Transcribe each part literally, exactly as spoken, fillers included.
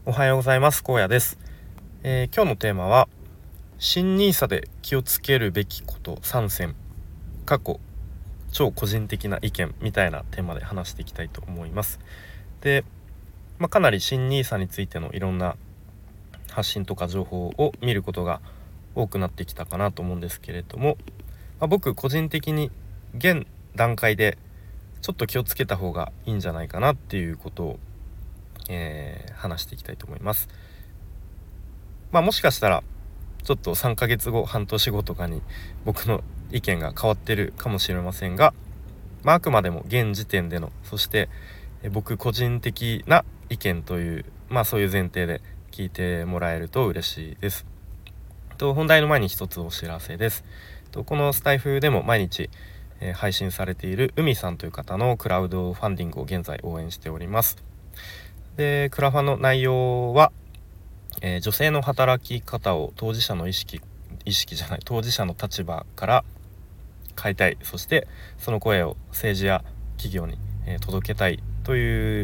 おはようございます。荒野です、えー、今日のテーマは新ニーサで気をつけるべきことさん選過去超個人的な意見みたいなテーマで話していきたいと思います。で、まあ、かなり新ニーサについてのいろんな発信とか情報を見ることが多くなってきたかなと思うんですけれども、まあ、僕個人的に現段階でちょっと気をつけた方がいいんじゃないかなっていうことをえー、話していきたいと思います。まあもしかしたらちょっとさんかげつご半年後とかに僕の意見が変わってるかもしれませんが、まあ、あくまでも現時点での、そしてえ僕個人的な意見というまあそういう前提で聞いてもらえると嬉しいです。と本題の前に一つお知らせです。とこのスタイフでも毎日えー配信されている海さんという方のクラウドファンディングを現在応援しております。でクラファンの内容は、えー女性の働き方を当事者の意識意識じゃない当事者の立場から変えたい、そしてその声を政治や企業に、えー届けたいという、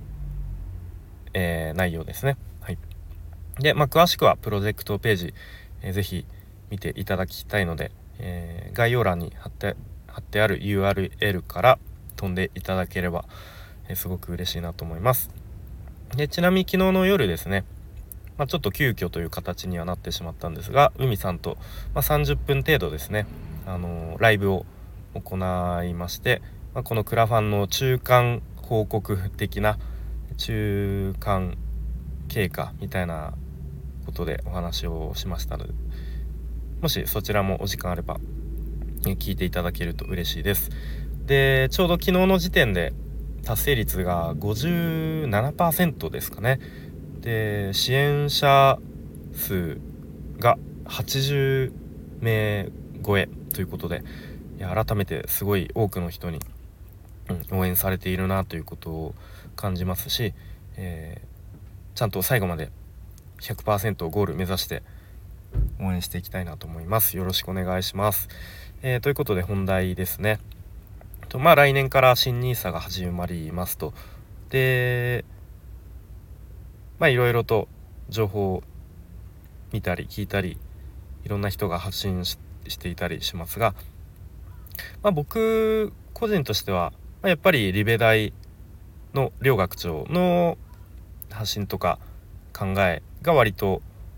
えー内容ですね。はい。で、まあ、詳しくはプロジェクトページ、えーぜひ見ていただきたいので、えー概要欄に貼って貼ってある ユーアールエル から飛んでいただければ、えーすごく嬉しいなと思います。でちなみに昨日の夜ですね、まあ、ちょっと急遽という形にはなってしまったんですが、海さんと、まあ、さんじゅっぷん程度ですね、あのーライブを行いまして、まあ、このクラファンの中間報告的な中間経過みたいなことでお話をしましたので、もしそちらもお時間あればえ聞いていただけると嬉しいです。でちょうど昨日の時点で達成率が ごじゅうななパーセント ですかね。で支援者数がはちじゅうめい超えということで、いや改めてすごい多くの人に、うん、応援されているなということを感じますし、えーちゃんと最後まで ひゃくパーセント ゴール目指して応援していきたいなと思います。よろしくお願いします。えーということで本題ですね。とまあ来年から新ニーサが始まりますと。でまあいろいろと情報を見たり聞いたりいろんな人が発信 し, していたりしますが、まあ、僕個人としては、まあ、やっぱりリベ大の両学長の発信とか考えが割と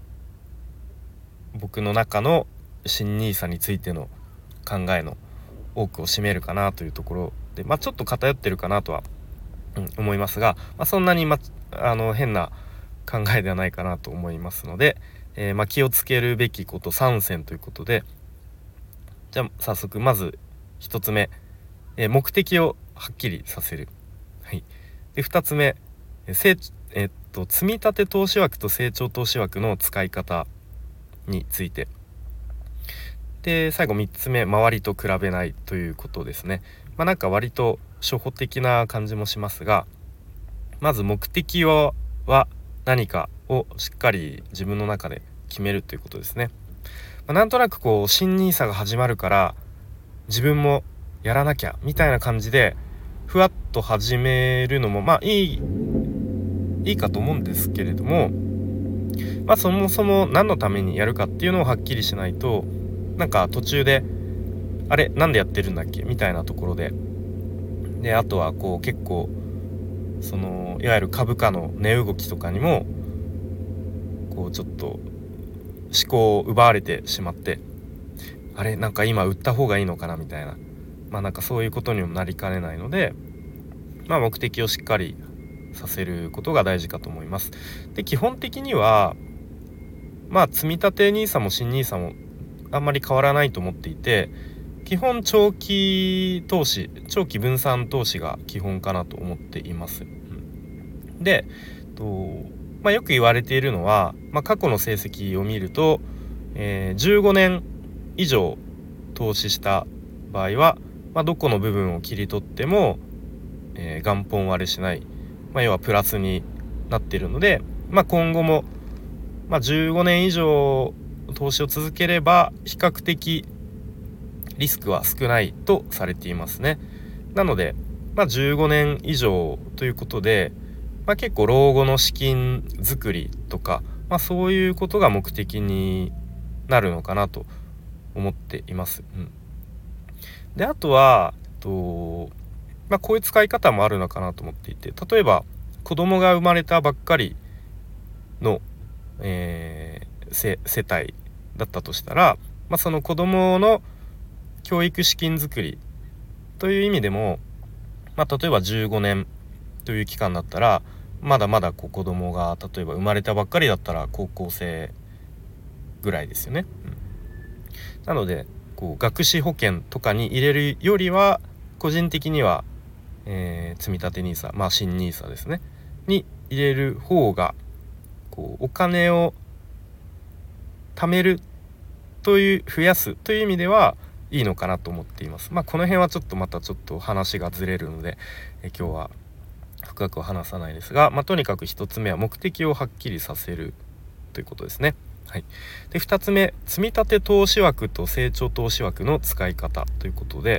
僕の中の新ニーサについての考えの多くを占めるかなというところで、まあ、ちょっと偏ってるかなとは、うん、思いますが、まあ、そんなに、ま、あの変な考えではないかなと思いますので、えーまあ、気をつけるべきことさん選ということで、じゃあ早速まずひとつめ、えー目的をはっきりさせる。はい。でふたつめ、えー成えーっと積立投資枠と成長投資枠の使い方について、で最後みっつめ、周りと比べないということですね。まあなんか割と初歩的な感じもしますが、まず目的はは何かをしっかり自分の中で決めるということですね。まあ、なんとなくこう新ニーサが始まるから自分もやらなきゃみたいな感じでふわっと始めるのもまあいいいいかと思うんですけれども、まあそもそも何のためにやるかっていうのをはっきりしないと、なんか途中であれなんでやってるんだっけみたいなところで、であとはこう結構そのいわゆる株価の値動きとかにもこうちょっと思考を奪われてしまって、あれなんか今売った方がいいのかなみたいな、まあなんかそういうことにもなりかねないので、まあ目的をしっかりさせることが大事かと思います。で基本的にはまあ積立 ニーサ も新 ニーサ もあんまり変わらないと思っていて、基本長期投資長期分散投資が基本かなと思っています。うん、でと、まあ、よく言われているのは、まあ、過去の成績を見ると、えーじゅうごねん以上投資した場合は、まあ、どこの部分を切り取っても、えー元本割れしない、まあ、要はプラスになっているので、まあ、今後も、まあ、じゅうごねん以上投資を続ければ比較的リスクは少ないとされていますね。なので、まあ、じゅうごねん以上ということで、 まあ、結構老後の資金作りとか、まあ、そういうことが目的になるのかなと思っています。うん、であとはと、まあ、こういう使い方もあるのかなと思っていて、例えば子供が生まれたばっかりの、えー、世, 世帯だったとしたら、まあ、その子供の教育資金作りという意味でも、まあ、例えばじゅうごねんという期間だったら、まだまだこう子供が例えば生まれたばっかりだったら高校生ぐらいですよね。うん、なのでこう学資保険とかに入れるよりは個人的には、えー、積立 ニーサ、まあ新 ニーサ ですねに入れる方がこうお金を貯めるという増やすという意味ではいいのかなと思っています。まあこの辺はちょっとまたちょっと話がずれるので、え今日は深くは話さないですが、まあ、とにかくひとつめは目的をはっきりさせるということですね。はい、でふたつめ、積立投資枠と成長投資枠の使い方ということで、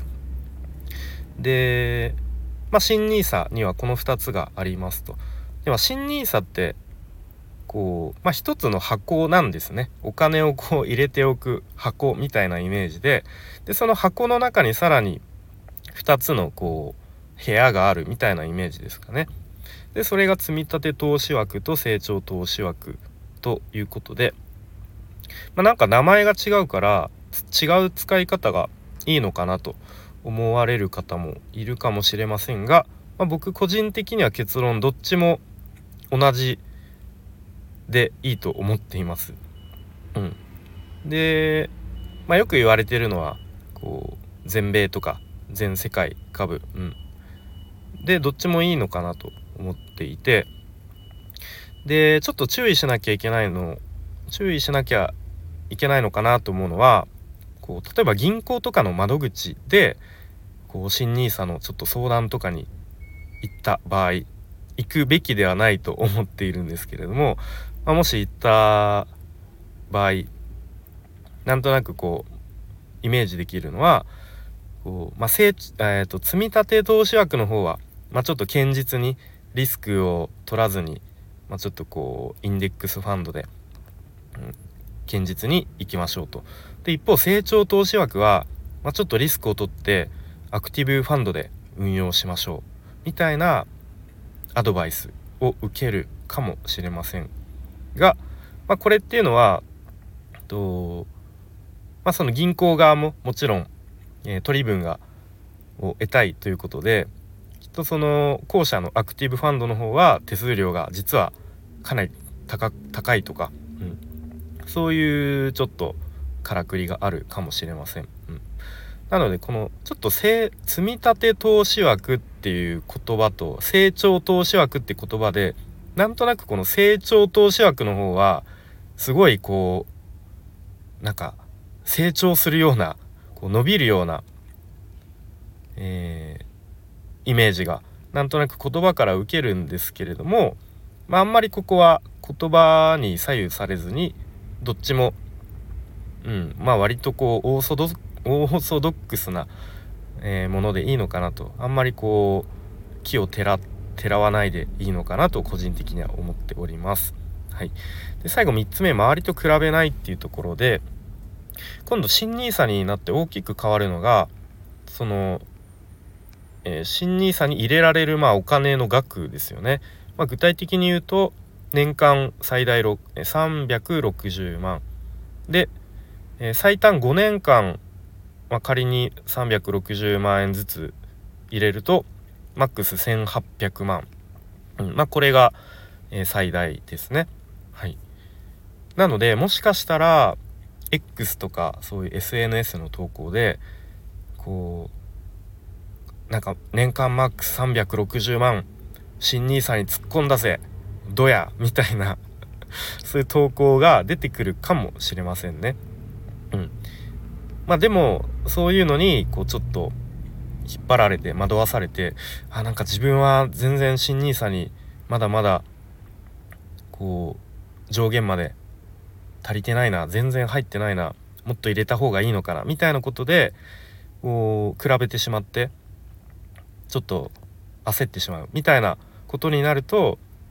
で、まあ、新 ニーサ にはこのふたつがありますと。では新 ニーサ ってこう、まあ、一つの箱なんですね。お金をこう入れておく箱みたいなイメージで、でその箱の中にさらにふたつのこう部屋があるみたいなイメージですかね。でそれが積立投資枠と成長投資枠ということで、まあ、なんか名前が違うから違う使い方がいいのかなと思われる方もいるかもしれませんが、まあ、僕個人的には結論どっちも同じでいいと思っています。うん、で、まあ、よく言われているのはこう全米とか全世界株、うん、でどっちもいいのかなと思っていて、でちょっと注意しなきゃいけないの注意しなきゃいけないのかなと思うのは、こう例えば銀行とかの窓口でこう新 ニーサ のちょっと相談とかに行った場合、行くべきではないと思っているんですけれども、まあ、もし行った場合なんとなくこうイメージできるのはこう、まあせいえー、と積立投資枠の方は、まあ、ちょっと堅実にリスクを取らずに、まあ、ちょっとこうインデックスファンドで、うん、堅実にいきましょうと。で一方成長投資枠は、まあ、ちょっとリスクを取ってアクティブファンドで運用しましょうみたいなアドバイスを受けるかもしれませんが、まあ、これっていうのはと、まあ、その銀行側ももちろん、えー、取り分がを得たいということで、きっとその後者のアクティブファンドの方は手数料が実はかなり 高, 高いとか、うん、そういうちょっとからくりがあるかもしれません。うん、なのでこのちょっと積立投資枠っていう言葉と成長投資枠って言葉でなんとなくこの成長投資枠の方はすごいこうなんか成長するようなこう伸びるような、えー、イメージがなんとなく言葉から受けるんですけれども、まあ、あんまりここは言葉に左右されずにどっちも、うん、まあ割とこうオーソドオーソドックスな、えー、ものでいいのかなと、あんまりこう木をてらてらわないでいいのかなと個人的には思っております。はい、で最後みっつめ、周りと比べないっていうところで、今度新 ニーサ になって大きく変わるのがその、えー、新 ニーサ に入れられる、まあ、お金の額ですよね。まあ、具体的に言うと年間最大さんびゃくろくじゅうまんで、えー、最短ごねんかん、まあ、仮にさんびゃくろくじゅうまんえんずつ入れるとマックスせんはっぴゃくまん、うんまあ、これが、えー、最大ですね。はい、なのでもしかしたら X とかそういう エスエヌエス の投稿でこうなんか年間マックスさんびゃくろくじゅうまん新 ニーサ に突っ込んだぜどやみたいなそういう投稿が出てくるかもしれませんね。うん、まあでもそういうのにこうちょっと引っ張られて惑わされて、あなんか自分は全然新 ニーサ にまだまだこう上限まで足りてないな、全然入ってないな、もっと入れた方がいいのかなみたいなことでこう比べてしまってちょっと焦ってしまうみたいなことになると、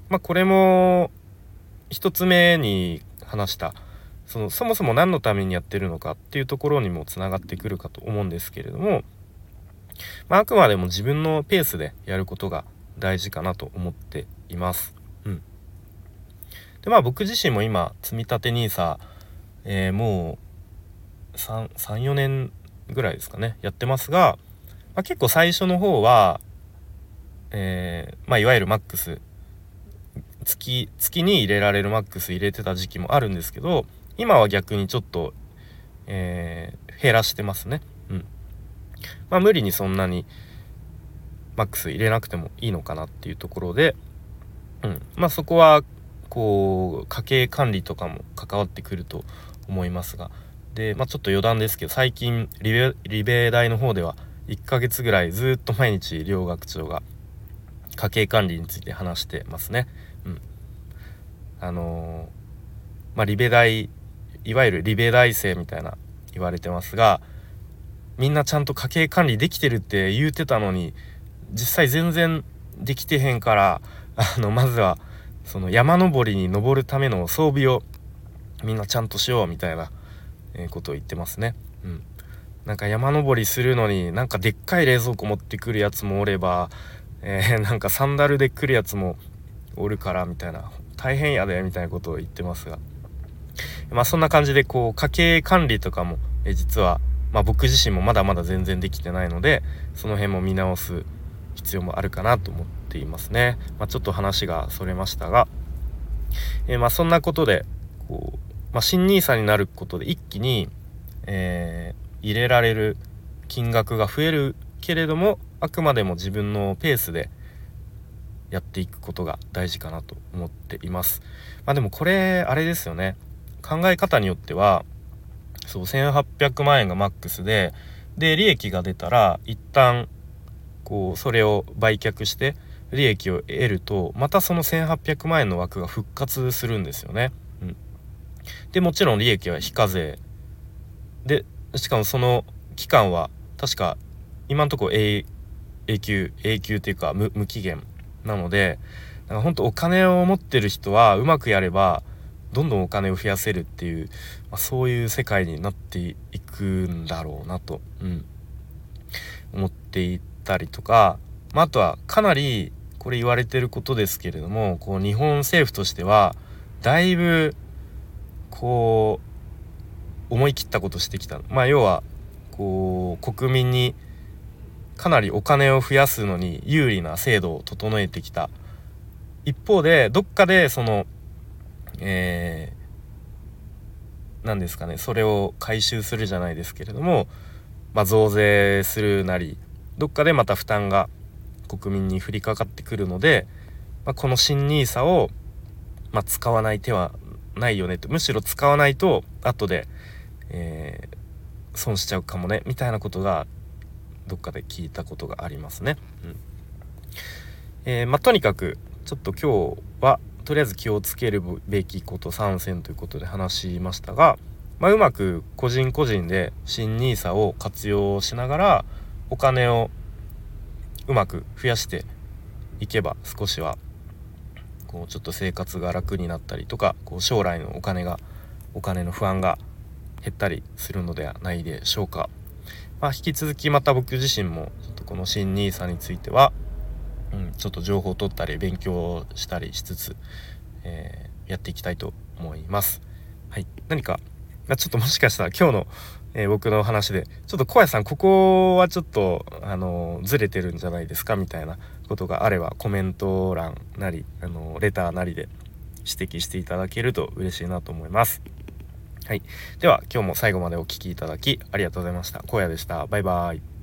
まあこれも一つ目に話したそのそもそも何のためにやってるのかっていうところにもつながってくるかと思うんですけれども、まあ、あくまでも自分のペースでやることが大事かなと思っています。うん、でまあ僕自身も今積み立て ニーサ、えー、もうさんよねんぐらいですかねやってますが、まあ、結構最初の方は、えーまあ、いわゆるマックス月月に入れられるマックス入れてた時期もあるんですけど、今は逆にちょっと、えー、減らしてますね。うんまあ、無理にそんなにマックス入れなくてもいいのかなっていうところで、うんまあ、そこはこう家計管理とかも関わってくると思いますが、で、まあ、ちょっと余談ですけど最近リベ、リベ大の方ではいっかげつぐらいずっと毎日両学長が家計管理について話してますね。うん、あのー、まあリベ大いわゆるリベ大生みたいな言われてますが、みんなちゃんと家計管理できてるって言うてたのに実際全然できてへんから、あのまずはその山登りに登るための装備をみんなちゃんとしようみたいなことを言ってますね。うん、なんか山登りするのになんかでっかい冷蔵庫持ってくるやつもおれば、えー、なんかサンダルで来るやつもおるからみたいな、大変やでみたいなことを言ってますが、まあそんな感じでこう家計管理とかもえ実はまあ僕自身もまだまだ全然できてないので、その辺も見直す必要もあるかなと思っていますね。まあ、ちょっと話がそれましたが、えー、まあそんなことでこう、まあ、新ニーサになることで一気に、えー、入れられる金額が増えるけれども、あくまでも自分のペースでやっていくことが大事かなと思っています。まあでもこれあれですよね、考え方によってはそうせんはっぴゃくまんえんがマックスでで利益が出たら一旦こうそれを売却して利益を得ると、またそのせんはっぴゃくまんえんの枠が復活するんですよね。うん、でもちろん利益は非課税で、しかもその期間は確か今のところ永久永久っていうか 無, 無期限なので、なんか本当お金を持ってる人はうまくやればどんどんお金を増やせるっていう、まあ、そういう世界になっていくんだろうなと、うん、思っていたりとか、まあ、あとはかなりこれ言われてることですけれども、こう日本政府としてはだいぶこう思い切ったことしてきた。まあ要はこう国民にかなりお金を増やすのに有利な制度を整えてきた一方で、どっかでそのえー、何ですかね、それを回収するじゃないですけれども、まあ、増税するなりどっかでまた負担が国民に降りかかってくるので、まあ、この新ニーサを、まあ、使わない手はないよねと、むしろ使わないと後で、えー、損しちゃうかもねみたいなことがどっかで聞いたことがありますね。うんえーまあ、とにかくちょっと今日はとりあえず気をつけるべきことさん選ということで話しましたが、まあ、うまく個人個人で新ニーサを活用しながらお金をうまく増やしていけば、少しはこうちょっと生活が楽になったりとか、こう将来のお金がお金の不安が減ったりするのではないでしょうか。まあ、引き続きまた僕自身もちょっとこの新ニーサについてはうん、ちょっと情報を取ったり勉強したりしつつ、えー、やっていきたいと思います。はい、何かちょっともしかしたら今日の、えー、僕の話でちょっと小屋さんここはちょっとあのずれてるんじゃないですかみたいなことがあればコメント欄なりあのレターなりで指摘していただけると嬉しいなと思います。はい、では今日も最後までお聞きいただきありがとうございました。小屋でした。バイバイ。